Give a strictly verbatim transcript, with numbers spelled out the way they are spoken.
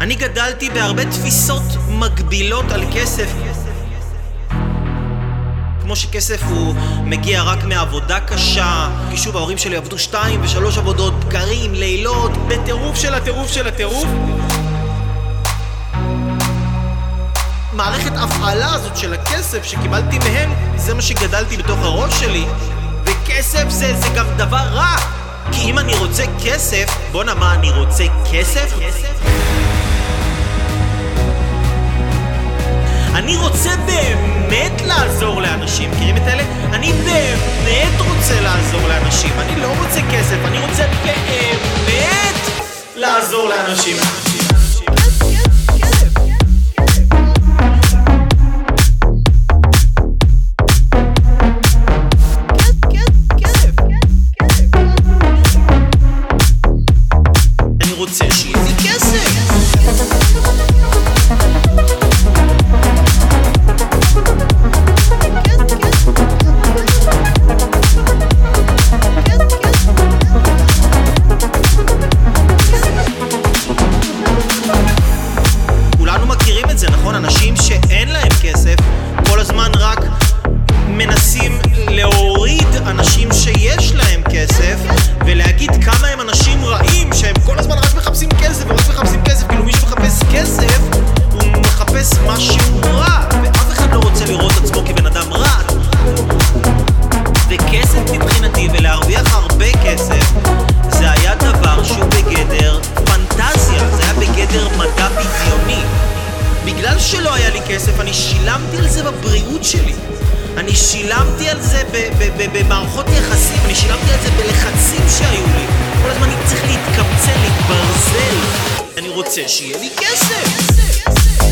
אני גדלתי בהרבה תפיסות מגבילות על כסף, כמו שכסף הוא מגיע רק מעבודה קשה, כי שוב ההורים שלי עבדו שתיים ושלוש עבודות, בקרים, לילות, בטירוף של הטירוף של הטירוף. מערכת הפעלה הזאת של הכסף שקיבלתי מהם, זה מה שגדלתי בתוך הראש שלי. וכסף זה, זה גם דבר רע, כי אם אני רוצה כסף, בוא'נה, מה, אני רוצה כסף? אני רוצה באמת לעזור לאנשים, מכירים את אלה? אני באמת רוצה לעזור לאנשים, אני לא רוצה כסף, אני רוצה באמת לעזור לאנשים. אני רוצה שיהיה לי כסף. אנשים שאין להם כסף כל הזמן רק מנסים להוריד אנשים שיש להם כסף ולהגיד כמה הם אנשים רעים שהם כל הזמן רק מחפשים כסף ורק מחפשים כסף. כאילו מי שמחפש כסף הוא מחפש משהו רע, ואף אחד לא רוצה לראות עצמו כבן אדם רע. וכסף מבחינתי ולהרוויח הרבה כסף זה היה דבר שהוא בגדר פנטזיה, זה היה בגדר מדע בדיוני. בגלל שלא היה לי כסף, אני שילמתי על זה בבריאות שלי. אני שילמתי על זה במערכות יחסים, אני שילמתי על זה בלחצים שהיו לי. כל הזמן אני צריך להתקמצל, להתברזל. אני רוצה שיהיה לי כסף.